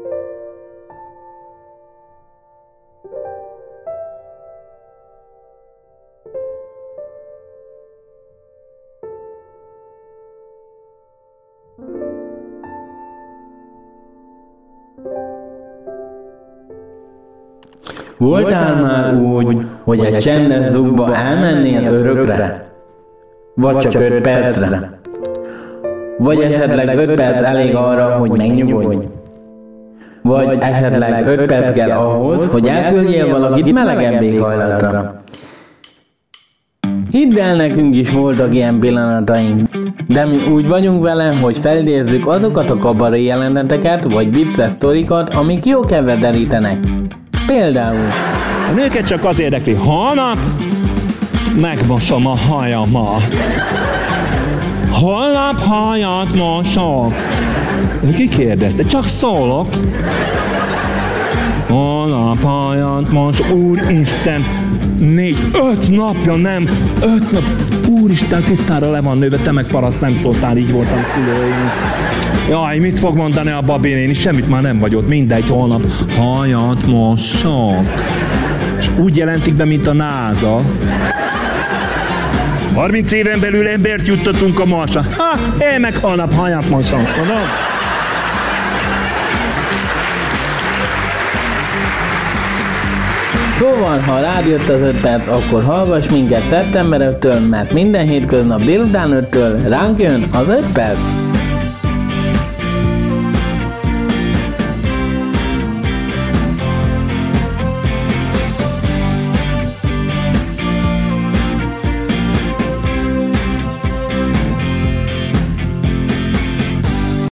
Voltál már úgy, hogy egy csendes zugba elmennél örökre? Vagy csak 5 percre? Vagy esetleg 5 perc elég arra, hogy megnyugodj? Vagy esetleg 5 perc kell ahhoz, hogy elküldjél valakit melegebb éghajlatra? Hidd el, nekünk is voltak ilyen pillanataink, de mi úgy vagyunk vele, hogy felidézzük azokat a kabaré jeleneteket, vagy vicces sztorikat, amik jó kedvet derítenek. Például a nőket csak az érdekli, holnap megmosom a hajamat. Holnap hajat mosok. Ki kérdezte? Csak szólok. Holnap hajat mosok. Úristen, 4-5 napja nem. 5 nap. Úristen, tisztára le van nőve, te meg paraszt nem szóltál, így voltam szülőim. Jaj, mit fog mondani a Babi néni? Semmit már nem vagy ott, mindegy, holnap hajat mosok. És úgy jelentik be, mint a NASA. 30 éven belül embert juttatunk a Marsra. Én meg holnap hajat mosok, tudom? Szóval, ha rád jött az 5 perc, akkor hallgass minket szeptember 5-től, mert minden hétköznap délután 5-től ránk jön az 5 perc.